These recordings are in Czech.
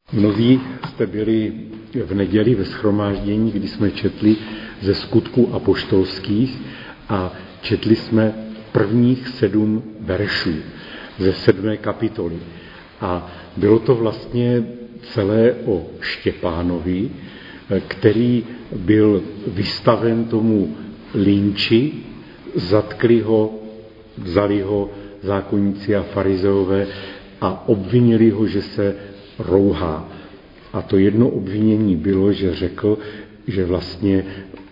Mnozí jste byli v neděli ve shromáždění, kdy jsme četli ze Skutků apoštolských a četli jsme prvních 7 veršů ze 7. kapitoly. A bylo to vlastně celé o Štěpánovi, který byl vystaven tomu lynči, zatkli ho, vzali ho zákonníci a farizeové a obvinili ho, že se rouhá. A to jedno obvinění bylo, že řekl, že vlastně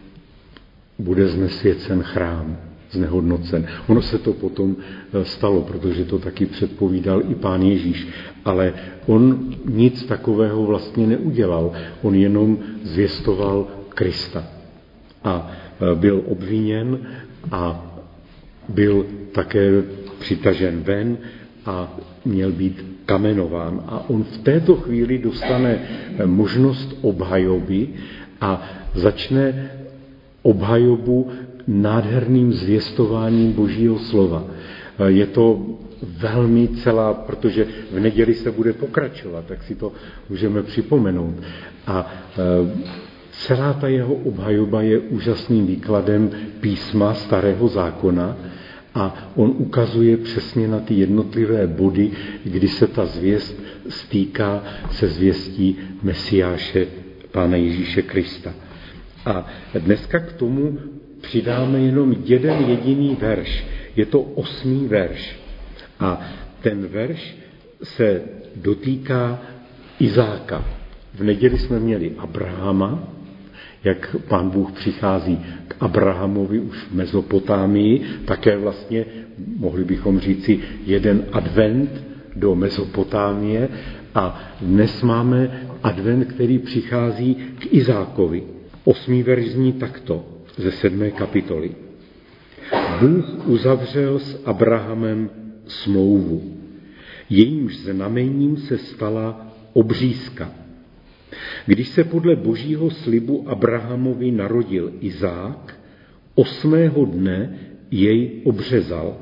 bude znesvěcen chrám, znehodnocen. Ono se to potom stalo, protože to taky předpovídal i Pán Ježíš, ale on nic takového vlastně neudělal. On jenom zvěstoval Krista. A byl obviněn a byl také přitažen ven a měl být kamenován. A on v této chvíli dostane možnost obhajoby a začne obhajobu nádherným zvěstováním Božího slova. Je to velmi celá, protože v neděli se bude pokračovat, tak si to můžeme připomenout. A celá ta jeho obhajoba je úžasným výkladem písma Starého zákona a on ukazuje přesně na ty jednotlivé body, kdy se ta zvěst stýká se zvěstí Mesiáše, Pána Ježíše Krista. A dneska k tomu přidáme jenom jeden jediný verš. Je to 8. verš. A ten verš se dotýká Izáka. V neděli jsme měli Abrahama, jak Pán Bůh přichází k Abrahamovi už v Mezopotámii, také vlastně, mohli bychom říci, jeden advent do Mezopotámie a dnes máme advent, který přichází k Izákovi. 8. verš zní takto ze 7. kapitoly. Bůh uzavřel s Abrahamem smlouvu. Jejímž znamením se stala obřízka. Když se podle Božího slibu Abrahamovi narodil Izák, 8. dne jej obřezal.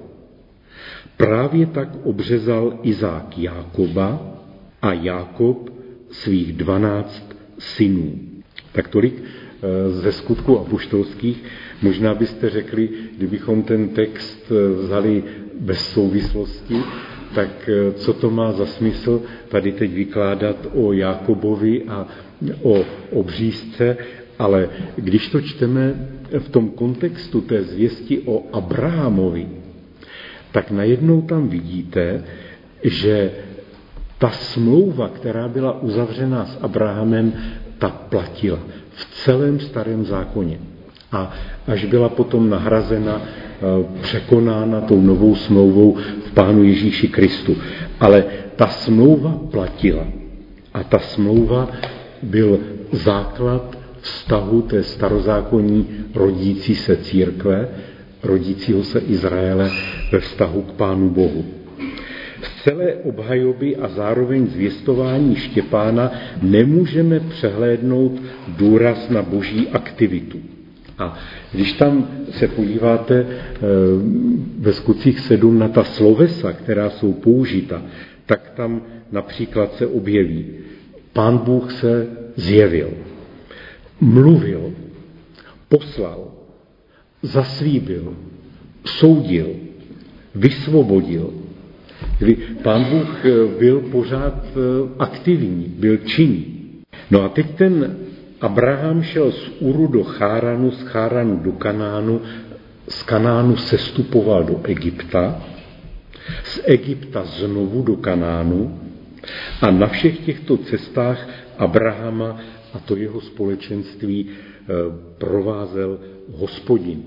Právě tak obřezal Izák Jákoba a Jákob svých 12 synů. Tak tolik ze Skutků apoštolských. Možná byste řekli, kdybychom ten text vzali bez souvislosti, tak co to má za smysl tady teď vykládat o Jákobovi a o obřízce, ale když to čteme v tom kontextu té zvěsti o Abrahamovi, tak najednou tam vidíte, že ta smlouva, která byla uzavřená s Abrahamem, ta platila v celém Starém zákoně. A až byla potom nahrazena, překonána tou novou smlouvou v Pánu Ježíši Kristu. Ale ta smlouva platila. A ta smlouva byl základ vztahu té starozákonní rodící se církve, rodícího se Izraele ve vztahu k Pánu Bohu. Z celé obhajoby a zároveň zvěstování Štěpána nemůžeme přehlédnout důraz na Boží aktivitu. A když tam se podíváte ve Skutcích 7 na ta slovesa, která jsou použita, tak tam například se objeví: Pán Bůh se zjevil, mluvil, poslal, zaslíbil, soudil, vysvobodil. Pán Bůh byl pořád aktivní, byl činný. No a teď ten Abraham šel z Uru do Cháranu, z Cháranu do Kanánu, z Kanánu sestupoval do Egypta, z Egypta znovu do Kanánu a na všech těchto cestách Abrahama a to jeho společenství provázel Hospodin.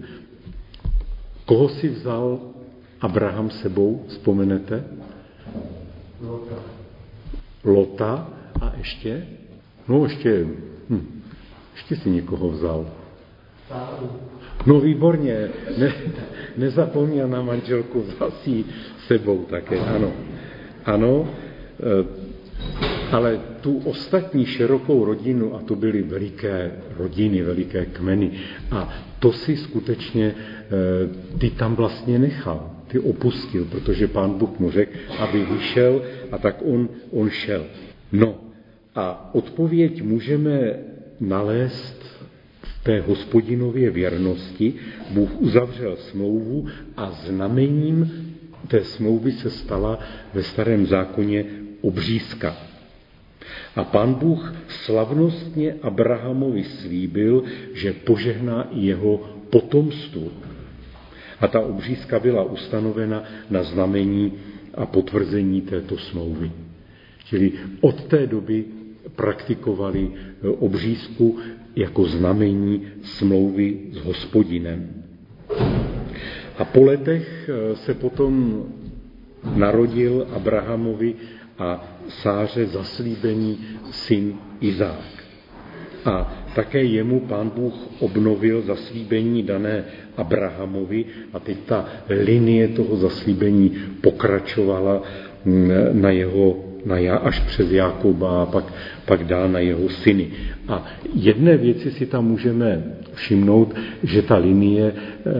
Koho si vzal Abraham sebou, vzpomenete? Lota a ještě? No ještě si někoho vzal. No výborně, nezapomněl na manželku, vzal si ji sebou také, ano. Ano, ale tu ostatní širokou rodinu, a to byly veliké rodiny, veliké kmeny, a to si skutečně ty tam vlastně nechal, ty opustil, protože Pán Bůh mu řekl, aby vyšel, a tak on šel. No, A odpověď můžeme nalézt v té Hospodinově věrnosti. Bůh uzavřel smlouvu a znamením té smlouvy se stala ve Starém zákoně obřízka. A Pán Bůh slavnostně Abrahamovi slíbil, že požehná i jeho potomstvu. A ta obřízka byla ustanovena na znamení a potvrzení této smlouvy. Čili od té doby praktikovali obřízku jako znamení smlouvy s Hospodinem. A po letech se potom narodil Abrahamovi a Sáře zaslíbený syn Izák. A také jemu Pán Bůh obnovil zaslíbení dané Abrahamovi a teď ta linie toho zaslíbení pokračovala až přes Jákoba a pak dál na jeho syny. A jedné věci si tam můžeme všimnout, že ta linie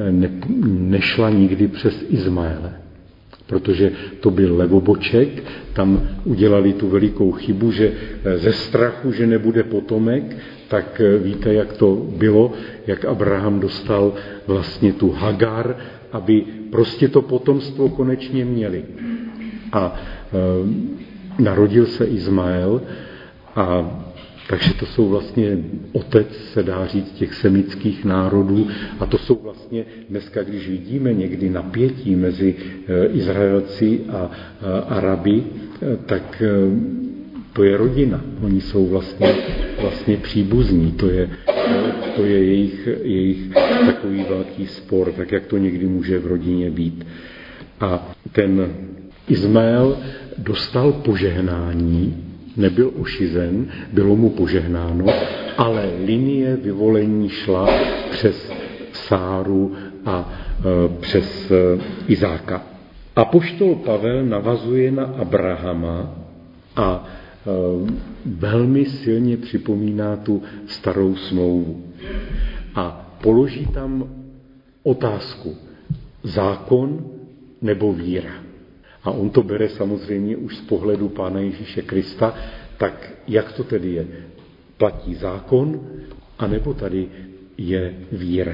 nešla nikdy přes Izmaele. Protože to byl levoboček, tam udělali tu velikou chybu, že ze strachu, že nebude potomek, tak víte, jak to bylo, jak Abraham dostal vlastně tu Hagar, aby prostě to potomstvo konečně měli. A narodil se Izmael a takže to jsou vlastně otec, se dá říct, těch semických národů a to jsou vlastně dneska, když vidíme někdy napětí mezi Izraelci a Araby, tak to je rodina. Oni jsou vlastně příbuzní. To je jejich takový velký spor, tak jak to někdy může v rodině být. A ten Izmael dostal požehnání, nebyl ošizen, bylo mu požehnáno, ale linie vyvolení šla přes Sáru a přes Izáka. Apoštol Pavel navazuje na Abrahama a velmi silně připomíná tu starou smlouvu. A položí tam otázku: zákon nebo víra? A on to bere samozřejmě už z pohledu Pána Ježíše Krista, tak jak to tedy je? Platí zákon, anebo tady je víra?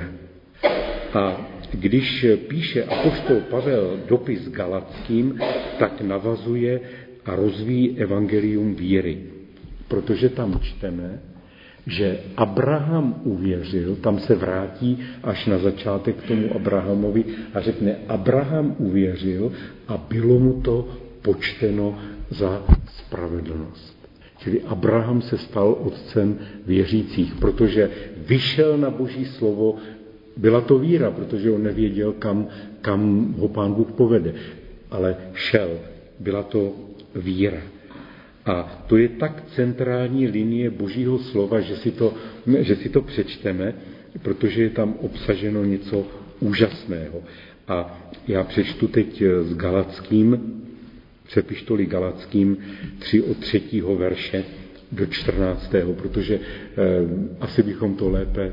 A když píše apoštol Pavel dopis Galackým, tak navazuje a rozvíjí evangelium víry. Protože tam čteme, že Abraham uvěřil, tam se vrátí až na začátek k tomu Abrahamovi a řekne, Abraham uvěřil a bylo mu to počteno za spravedlnost. Čili Abraham se stal otcem věřících, protože vyšel na Boží slovo, byla to víra, protože on nevěděl, kam ho Pán Bůh povede, ale šel, byla to víra. A to je tak centrální linie Božího slova, že si to přečteme, protože je tam obsaženo něco úžasného. A já přečtu teď s Galackým, z epištoly Galackým 3 od 3. verše do 14. Protože asi bychom to lépe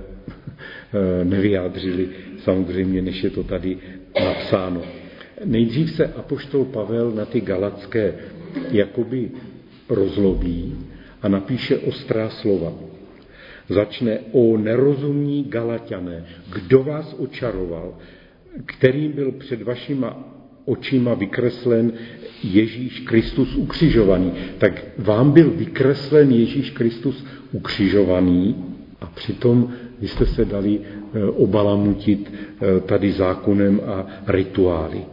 nevyjádřili, samozřejmě, než je to tady napsáno. Nejdřív se apoštol Pavel na ty galacké jakoby rozlobí a napíše ostrá slova. Začne: o nerozumní Galaťané, kdo vás očaroval, kterým byl před vašima očima vykreslen Ježíš Kristus ukřižovaný. Tak vám byl vykreslen Ježíš Kristus ukřižovaný a přitom vy jste se dali obalamutit tady zákonem a rituály.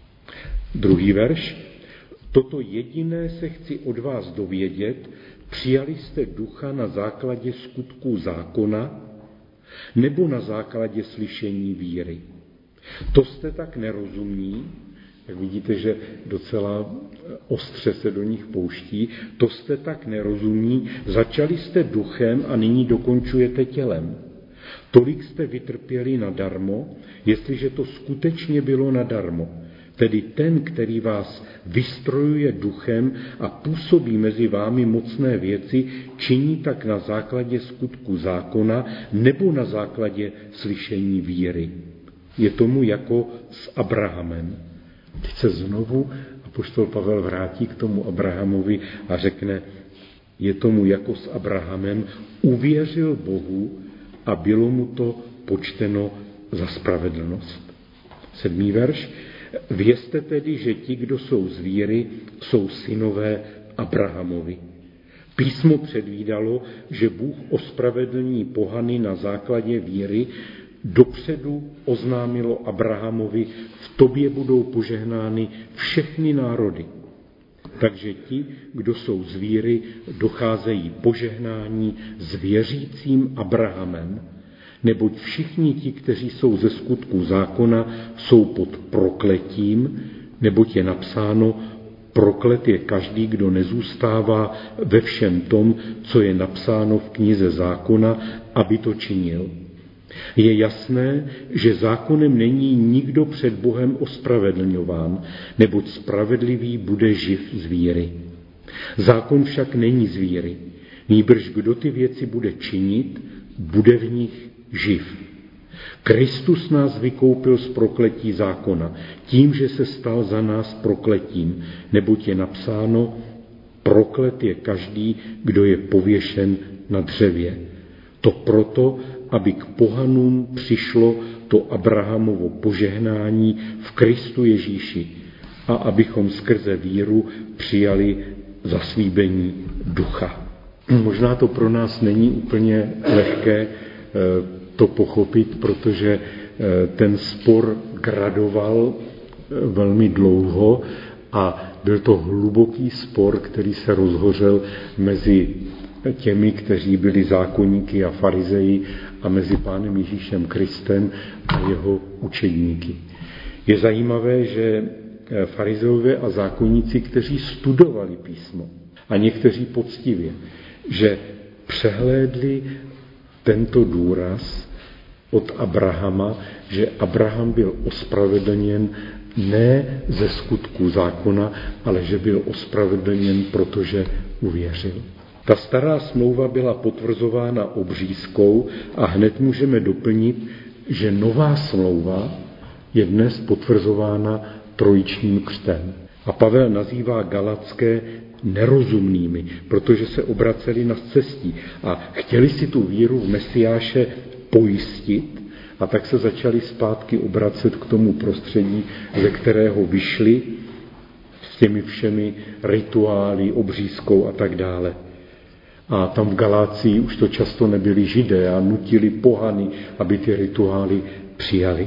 2. verš. Toto jediné se chci od vás dovědět, přijali jste ducha na základě skutků zákona nebo na základě slyšení víry. To jste tak nerozumní, tak vidíte, že docela ostře se do nich pouští, to jste tak nerozumní, začali jste duchem a nyní dokončujete tělem. Tolik jste vytrpěli nadarmo, jestliže to skutečně bylo nadarmo. Tedy ten, který vás vystrojuje duchem a působí mezi vámi mocné věci, činí tak na základě skutku zákona nebo na základě slyšení víry. Je tomu jako s Abrahamem. Teď se znovu apoštol Pavel vrátí k tomu Abrahamovi a řekne, je tomu jako s Abrahamem, uvěřil Bohu a bylo mu to počteno za spravedlnost. 7. verš. Vězte tedy, že ti, kdo jsou z víry, jsou synové Abrahamovi. Písmo předvídalo, že Bůh ospravedlní pohany na základě víry, dopředu oznámilo Abrahamovi, v tobě budou požehnány všechny národy. Takže ti, kdo jsou z víry, docházejí požehnání s věřícím Abrahamem, neboť všichni ti, kteří jsou ze skutků zákona, jsou pod prokletím, neboť je napsáno, proklet je každý, kdo nezůstává ve všem tom, co je napsáno v knize zákona, aby to činil. Je jasné, že zákonem není nikdo před Bohem ospravedlňován, neboť spravedlivý bude živ z víry. Zákon však není z víry, nýbrž kdo ty věci bude činit, bude v nich živ. Kristus nás vykoupil z prokletí zákona, tím, že se stal za nás prokletím, neboť je napsáno, proklet je každý, kdo je pověšen na dřevě. To proto, aby k pohanům přišlo to Abrahamovo požehnání v Kristu Ježíši a abychom skrze víru přijali zaslíbení ducha. Možná to pro nás není úplně lehké to pochopit, protože ten spor gradoval velmi dlouho a byl to hluboký spor, který se rozhořel mezi těmi, kteří byli zákonníky a farizeji a mezi Pánem Ježíšem Kristem a jeho učedníky. Je zajímavé, že farizeové a zákonníci, kteří studovali písmo a někteří poctivě, že přehlédli tento důraz od Abrahama, že Abraham byl ospravedlněn ne ze skutků zákona, ale že byl ospravedlněn, protože uvěřil. Ta stará smlouva byla potvrzována obřízkou a hned můžeme doplnit, že nová smlouva je dnes potvrzována trojičním křtem. A Pavel nazývá Galatské nerozumnými, protože se obraceli na scestí a chtěli si tu víru v Mesiáše pojistit a tak se začali zpátky obracet k tomu prostředí, ze kterého vyšli s těmi všemi rituály, obřízkou a tak dále. A tam v Galácii už to často nebyli Židé a nutili pohany, aby ty rituály přijali.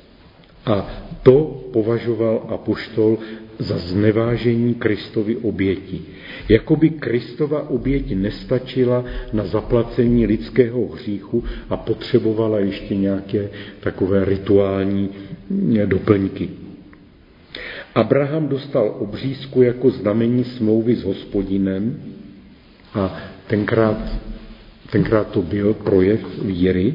A to považoval apoštol za znevážení Kristovy oběti. Jakoby Kristova oběť nestačila na zaplacení lidského hříchu a potřebovala ještě nějaké takové rituální doplňky. Abraham dostal obřízku jako znamení smlouvy s Hospodinem a tenkrát to byl projev víry.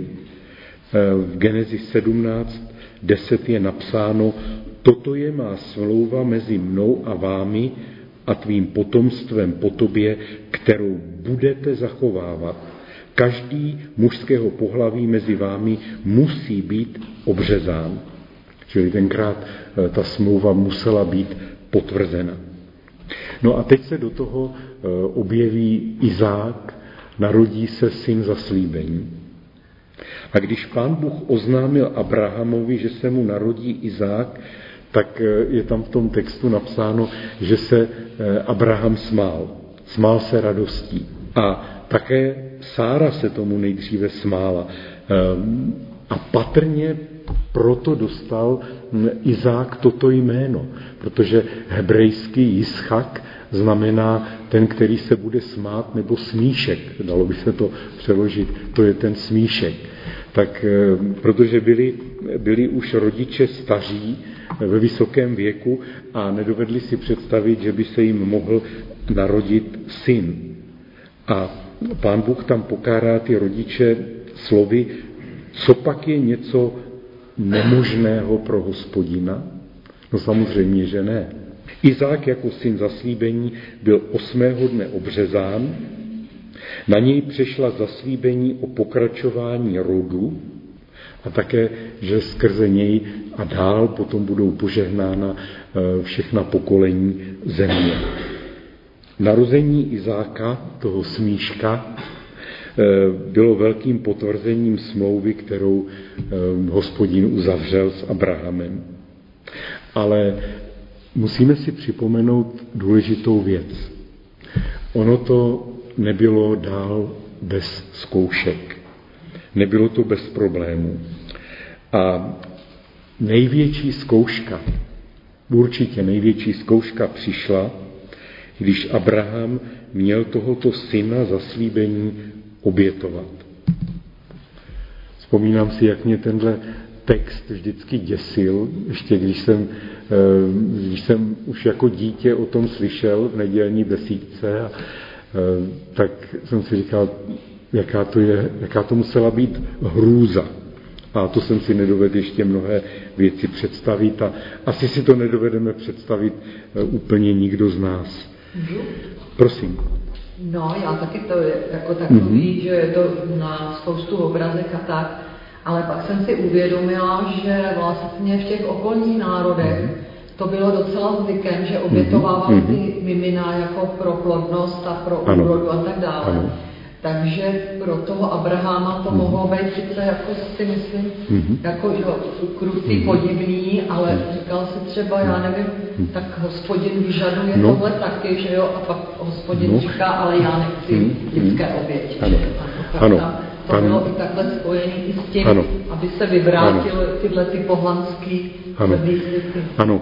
V Genesis 17:10 je napsáno, toto je má smlouva mezi mnou a vámi a tvým potomstvem po tobě, kterou budete zachovávat. Každý mužského pohlaví mezi vámi musí být obřezán. Čili tenkrát ta smlouva musela být potvrzena. No a teď se do toho objeví Izák, narodí se syn zaslíbení. A když Pán Bůh oznámil Abrahamovi, že se mu narodí Izák, tak je tam v tom textu napsáno, že se Abraham smál. Smál se radostí. A také Sára se tomu nejdříve smála. A patrně proto dostal Izák toto jméno, protože hebrejský Jischak znamená ten, který se bude smát, nebo smíšek, dalo by se to přeložit, to je ten smíšek. Tak protože byli už rodiče staří ve vysokém věku a nedovedli si představit, že by se jim mohl narodit syn. A Pán Bůh tam pokárá ty rodiče slovy, co pak je něco nemožného pro Hospodina? No samozřejmě, že ne. Izák jako syn zaslíbení byl 8. dne obřezán, na něj přešla zaslíbení o pokračování rodu a také, že skrze něj a dál potom budou požehnána všechna pokolení země. Narození Izáka, toho smíška, bylo velkým potvrzením smlouvy, kterou Hospodin uzavřel s Abrahamem. Ale musíme si připomenout důležitou věc. Ono to nebylo dál bez zkoušek. Nebylo to bez problémů. A největší zkouška, určitě největší zkouška přišla, když Abraham měl tohoto syna zaslíbení obětovat. Vzpomínám si, jak mě tenhle text vždycky děsil, ještě když jsem už jako dítě o tom slyšel v nedělní besídce, tak jsem si říkal, jaká to musela být hrůza. A to jsem si nedovedl ještě mnohé věci představit a asi si to nedovedeme představit úplně nikdo z nás. Prosím. No, já taky to je jako takový, že je to na spoustu obrazech a tak, ale pak jsem si uvědomila, že vlastně v těch okolních národech to bylo docela zvykem, že obětovávali ty mimina jako pro plodnost a pro úrodu a tak dále. Ano. Takže pro toho Abraháma to mohlo být sice jako si myslím, jako krutý, podivný, ale říkal si třeba, já nevím, tak Hospodin vyžaduje tohle taky, že jo, a pak Hospodin říká, ale já nechci lidské oběti. To bylo i takhle spojené i s tím, aby se vyvrátily tyhle ty pohanský výzvy. Ano.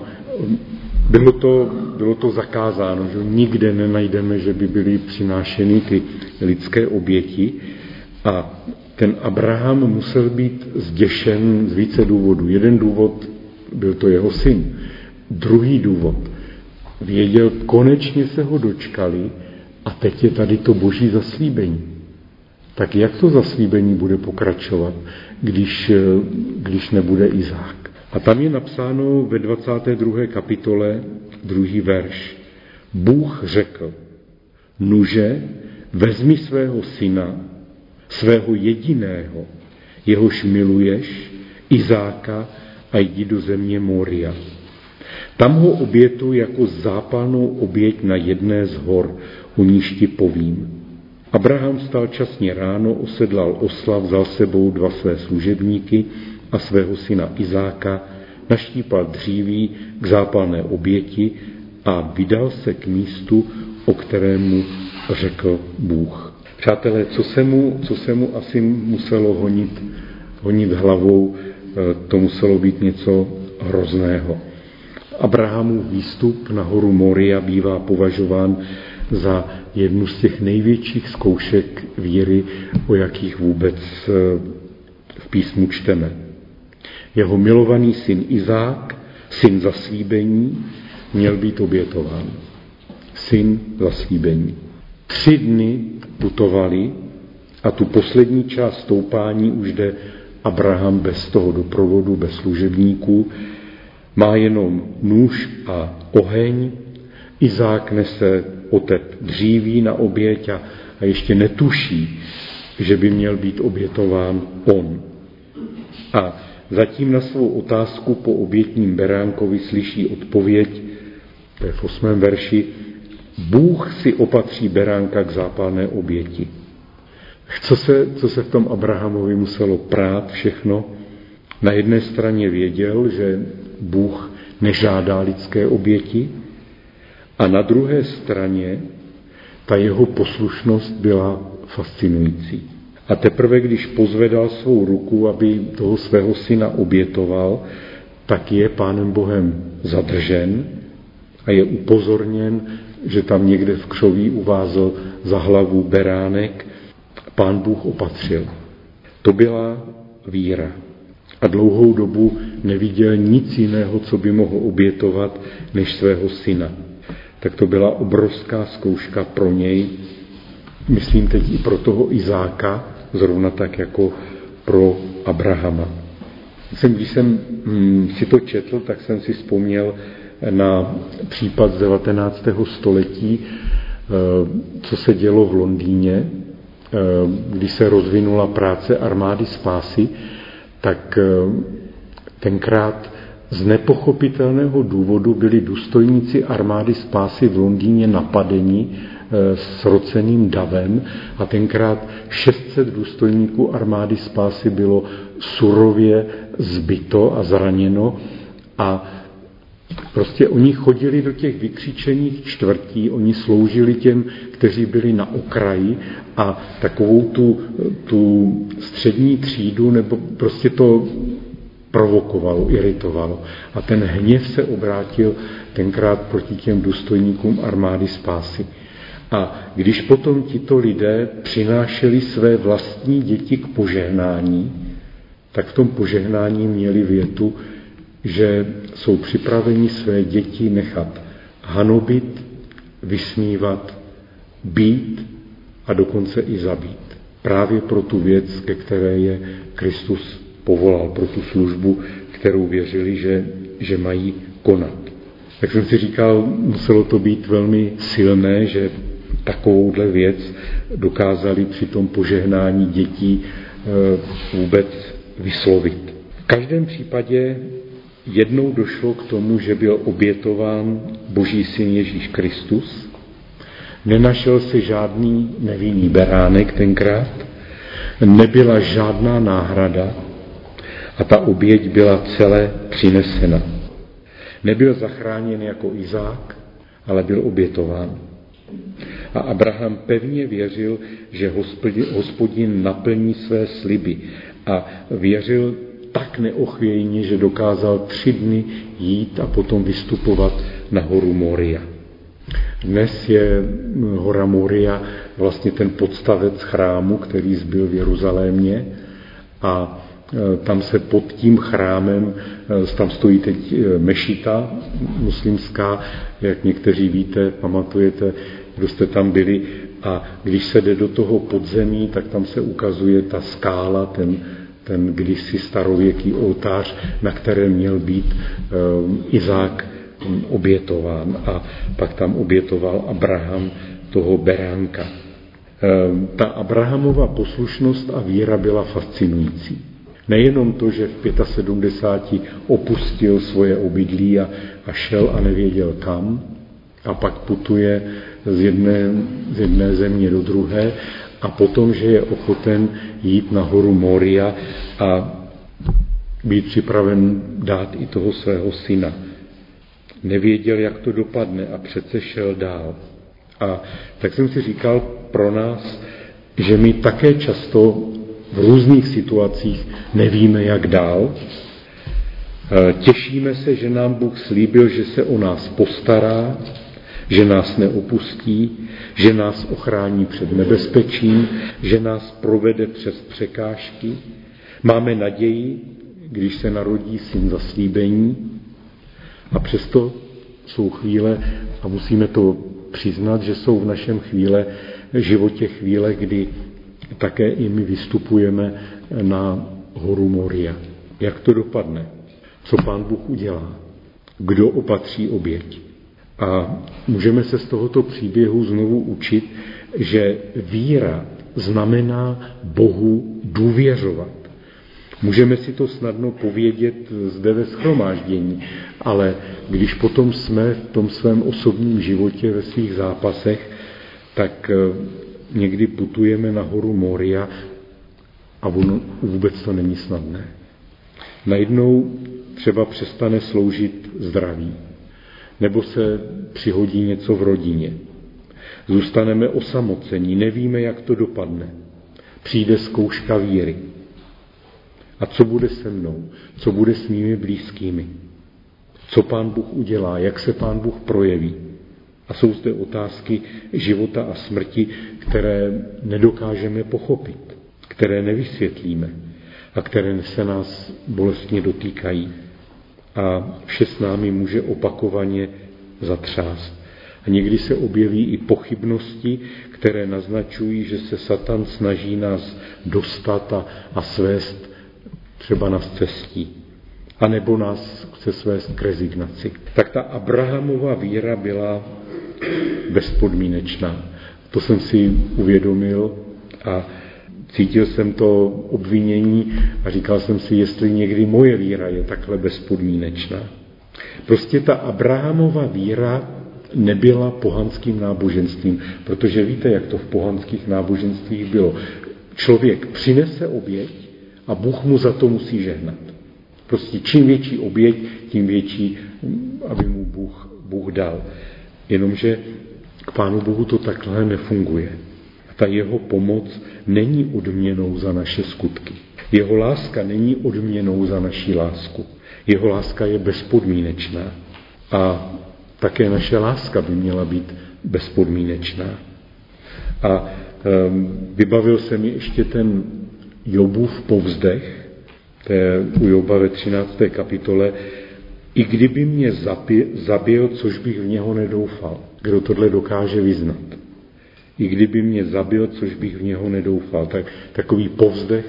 Bylo to zakázáno, že nikde nenajdeme, že by byly přinášeny ty lidské oběti a ten Abraham musel být zděšen z více důvodů. Jeden důvod, byl to jeho syn. Druhý důvod, věděl, konečně se ho dočkali a teď je tady to boží zaslíbení. Tak jak to zaslíbení bude pokračovat, když nebude Izák? A tam je napsáno ve 22. kapitole 2. verš. Bůh řekl, nuže, vezmi svého syna, svého jediného, jehož miluješ, Izáka, a jdi do země Moria. Tam ho obětuj jako zápalnou oběť na jedné z hor, o níž ti povím. Abraham vstal časně ráno, osedlal osla, vzal sebou 2 své služebníky a svého syna Izáka, naštípal dříví k zápalné oběti a vydal se k místu, o kterému řekl Bůh. Přátelé, co se mu asi muselo honit hlavou, to muselo být něco hrozného. Abrahamův výstup na horu Moria bývá považován za jednu z těch největších zkoušek víry, o jakých vůbec v písmu čteme. Jeho milovaný syn Izák, syn zaslíbení, měl být obětován. Syn zaslíbení. 3 dny putovali a tu poslední část stoupání už jde Abraham bez toho doprovodu, bez služebníků. Má jenom nůž a oheň. Izák nese otep dříví na oběť a ještě netuší, že by měl být obětován on. A zatím na svou otázku po obětním beránkovi slyší odpověď, to je v 8. verši, Bůh si opatří beránka k zápalné oběti. Co se v tom Abrahamovi muselo prát všechno? Na jedné straně věděl, že Bůh nežádá lidské oběti a na druhé straně ta jeho poslušnost byla fascinující. A teprve, když pozvedal svou ruku, aby toho svého syna obětoval, tak je Pánem Bohem zadržen a je upozorněn, že tam někde v křoví uvázl za hlavu beránek. Pán Bůh opatřil. To byla víra. A dlouhou dobu neviděl nic jiného, co by mohl obětovat, než svého syna. Tak to byla obrovská zkouška pro něj, myslím teď i pro toho Izáka, zrovna tak jako pro Abrahama. Když jsem si to četl, tak jsem si vzpomněl na případ z 19. století, co se dělo v Londýně, když se rozvinula práce armády spásy, tak tenkrát z nepochopitelného důvodu byli důstojníci armády spásy v Londýně napadeni sroceným davem a tenkrát 600 důstojníků armády spásy bylo surově zbito a zraněno a prostě oni chodili do těch vykřičených čtvrtí, oni sloužili těm, kteří byli na okraji a takovou tu střední třídu, nebo prostě to provokovalo, iritovalo. A ten hněv se obrátil tenkrát proti těm důstojníkům armády spásy. A když potom tito lidé přinášeli své vlastní děti k požehnání, tak v tom požehnání měli větu, že jsou připraveni své děti nechat hanobit, vysmívat, být a dokonce i zabít. Právě pro tu věc, ke které je Kristus povolal, pro tu službu, kterou věřili, že mají konat. Tak jsem si říkal, muselo to být velmi silné, že takovouhle věc dokázali při tom požehnání dětí vůbec vyslovit. V každém případě jednou došlo k tomu, že byl obětován Boží syn Ježíš Kristus. Nenašel se žádný nevinný beránek tenkrát, nebyla žádná náhrada a ta oběť byla celé přinesena. Nebyl zachráněn jako Izák, ale byl obětován. A Abraham pevně věřil, že Hospodin naplní své sliby a věřil tak neochvějně, že dokázal 3 dny jít a potom vystupovat na horu Moria. Dnes je hora Moria vlastně ten podstavec chrámu, který zbyl v Jeruzalémě a tam se pod tím chrámem, tam stojí teď mešita muslimská, jak někteří víte, pamatujete, kdo jste tam byli, a když se jde do toho podzemí, tak tam se ukazuje ta skála, ten kdysi starověký oltář, na kterém měl být Izák obětován a pak tam obětoval Abraham toho beránka. Ta Abrahamova poslušnost a víra byla fascinující. Nejenom to, že v 75 opustil svoje obydlí a šel a nevěděl kam a pak putuje z jedné země do druhé a potom, že je ochoten jít na horu Moria a být připraven dát i toho svého syna. Nevěděl, jak to dopadne a přece šel dál. A tak jsem si říkal pro nás, že my také často v různých situacích nevíme, jak dál. Těšíme se, že nám Bůh slíbil, že se o nás postará, že nás neopustí, že nás ochrání před nebezpečím, že nás provede přes překážky. Máme naději, když se narodí syn zaslíbení, a přesto jsou chvíle, a musíme to přiznat, že jsou v našem životě chvíle, kdy také i my vystupujeme na horu Moria. Jak to dopadne? Co Pán Bůh udělá? Kdo opatří oběť? A můžeme se z tohoto příběhu znovu učit, že víra znamená Bohu důvěřovat. Můžeme si to snadno povědět zde ve shromáždění, ale když potom jsme v tom svém osobním životě, ve svých zápasech, tak někdy putujeme na horu Moria a vůbec to není snadné. Najednou třeba přestane sloužit zdraví, nebo se přihodí něco v rodině. Zůstaneme osamocení, nevíme, jak to dopadne. Přijde zkouška víry. A co bude se mnou? Co bude s mými blízkými? Co Pán Bůh udělá? Jak se Pán Bůh projeví? A jsou zde otázky života a smrti, které nedokážeme pochopit, které nevysvětlíme a které se nás bolestně dotýkají. A vše s námi může opakovaně zatřást. A někdy se objeví i pochybnosti, které naznačují, že se Satan snaží nás dostat a svést třeba na cestí, anebo nás chce svést k rezignaci. Tak ta Abrahamova víra byla bezpodmínečná. To jsem si uvědomil a cítil jsem to obvinění a říkal jsem si, jestli někdy moje víra je takhle bezpodmínečná. Prostě ta Abrahamova víra nebyla pohanským náboženstvím, protože víte, jak to v pohanských náboženstvích bylo. Člověk přinese oběť a Bůh mu za to musí žehnat. Prostě čím větší oběť, tím větší, aby mu Bůh dal. Jenomže k Pánu Bohu to takhle nefunguje. Ta jeho pomoc není odměnou za naše skutky. Jeho láska není odměnou za naši lásku. Jeho láska je bezpodmínečná. A také naše láska by měla být bezpodmínečná. A vybavil se mi ještě ten Jobův povzdech, to je u Joba ve 13. kapitole, i kdyby mě zabil, což bych v něho nedoufal. Kdo tohle dokáže vyznat? I kdyby mě zabil, což bych v něho nedoufal. Tak, takový povzdech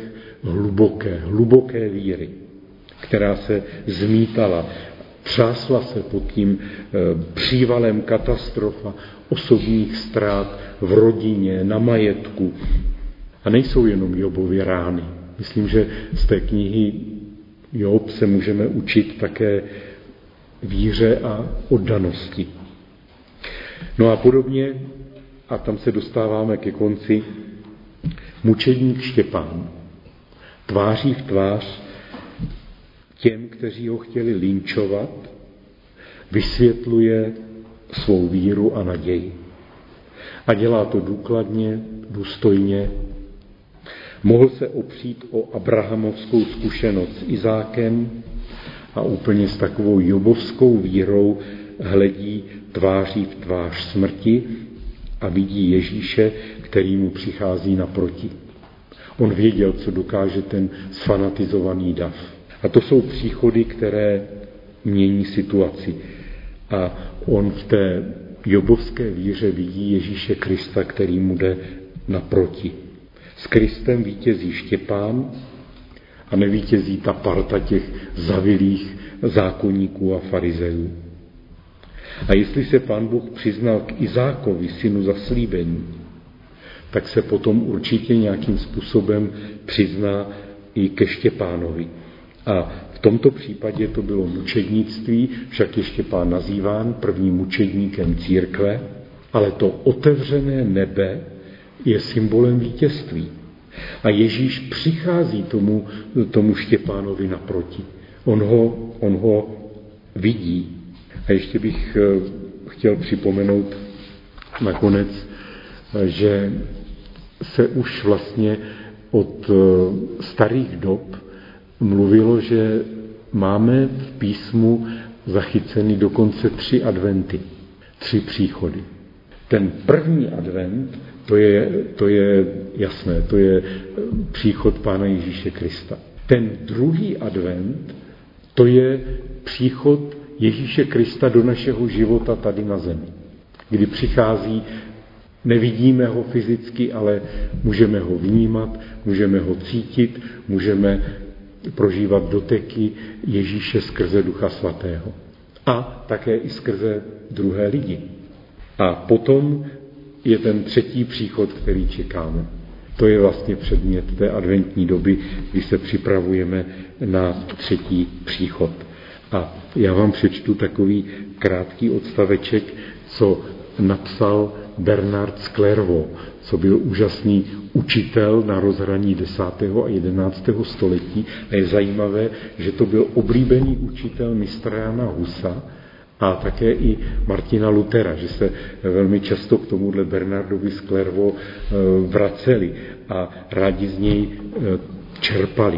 hluboké víry, která se zmítala, třásla se pod tím přívalem katastrofa, osobních ztrát v rodině, na majetku. A nejsou jenom Jobovy rány. Myslím, že z té knihy Job se můžeme učit také víře a oddanosti. No a podobně, a tam se dostáváme ke konci, mučedník Štěpán tváří v tvář těm, kteří ho chtěli lynčovat, vysvětluje svou víru a naději. A dělá to důkladně, důstojně. Mohl se opřít o abrahamovskou zkušenost s Izákem a úplně s takovou jobovskou vírou hledí tváří v tvář smrti a vidí Ježíše, který mu přichází naproti. On věděl, co dokáže ten sfanatizovaný dav. A to jsou příchody, které mění situaci. A on v té jobovské víře vidí Ježíše Krista, který mu jde naproti. S Kristem vítězí Štěpán a nevítězí ta parta těch zavilých zákonníků a farizejů. A jestli se Pán Bůh přiznal k Izákovi, synu zaslíbení, tak se potom určitě nějakým způsobem přizná i ke Štěpánovi. A v tomto případě to bylo mučednictví, však je Štěpán nazýván prvním mučedníkem církve, ale to otevřené nebe je symbolem vítězství. A Ježíš přichází tomu Štěpánovi naproti. On ho vidí. A ještě bych chtěl připomenout nakonec, že se už vlastně od starých dob mluvilo, že máme v písmu zachyceny dokonce 3 adventy, 3 příchody. Ten první advent, to je jasné, to je příchod Pána Ježíše Krista. Ten druhý advent, to je příchod Ježíše Krista do našeho života tady na zemi. Kdy přichází, nevidíme ho fyzicky, ale můžeme ho vnímat, můžeme ho cítit, můžeme prožívat doteky Ježíše skrze Ducha Svatého. A také i skrze druhé lidi. A potom je ten třetí příchod, který čekáme. To je vlastně předmět té adventní doby, kdy se připravujeme na třetí příchod. A já vám přečtu takový krátký odstaveček, co napsal Bernard z Clairvaux, co byl úžasný učitel na rozhraní 10. a 11. století. A je zajímavé, že to byl oblíbený učitel mistra Jana Husa a také i Martina Luthera, že se velmi často k tomuhle Bernardovi z Clairvaux vraceli a rádi z něj čerpali.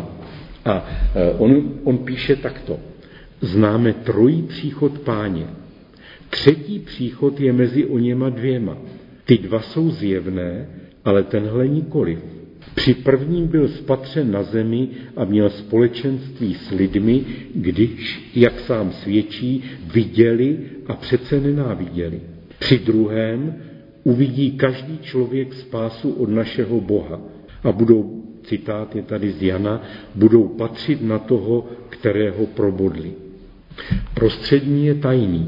A on píše takto. Známe trojí příchod Páně. Třetí příchod je mezi oněma 2. Ty 2 jsou zjevné, ale tenhle nikoliv. Při prvním byl spatřen na zemi a měl společenství s lidmi, když, jak sám svědčí, viděli a přece nenáviděli. Při druhém uvidí každý člověk spásu od našeho Boha a budou, citát je tady z Jana, budou patřit na toho, kterého probodli. Prostřední je tajný.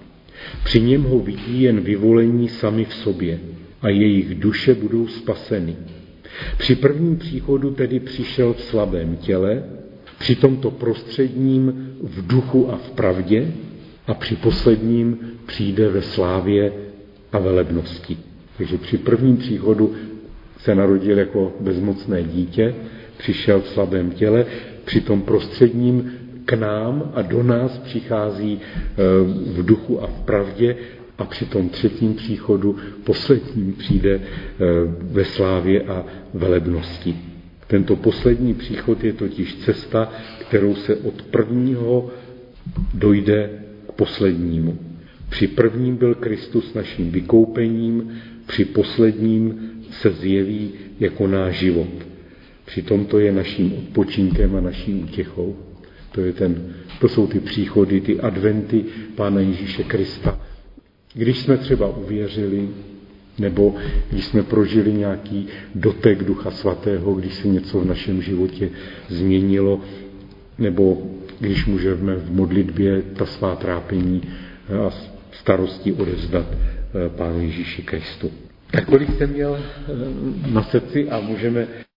Při něm ho vidí jen vyvolení sami v sobě a jejich duše budou spaseny. Při prvním příchodu tedy přišel v slabém těle, při tomto prostředním v duchu a v pravdě a při posledním přijde ve slávě a velebnosti. Takže při prvním příchodu se narodil jako bezmocné dítě, přišel v slabém těle, při tom prostředním k nám a do nás přichází v duchu a v pravdě a při tom třetím příchodu posledním přijde ve slávě a velebnosti. Tento poslední příchod je totiž cesta, kterou se od prvního dojde k poslednímu. Při prvním byl Kristus naším vykoupením, při posledním se zjeví jako náš život. Při tomto je naším odpočinkem a naší útěchou. To jsou ty příchody, ty adventy Pána Ježíše Krista. Když jsme třeba uvěřili, nebo když jsme prožili nějaký dotek Ducha Svatého, když se něco v našem životě změnilo, nebo když můžeme v modlitbě ta svá trápení a starosti odevzdat Pánu Ježíši Kristu. Tak kolik jsem měl na srdci a můžeme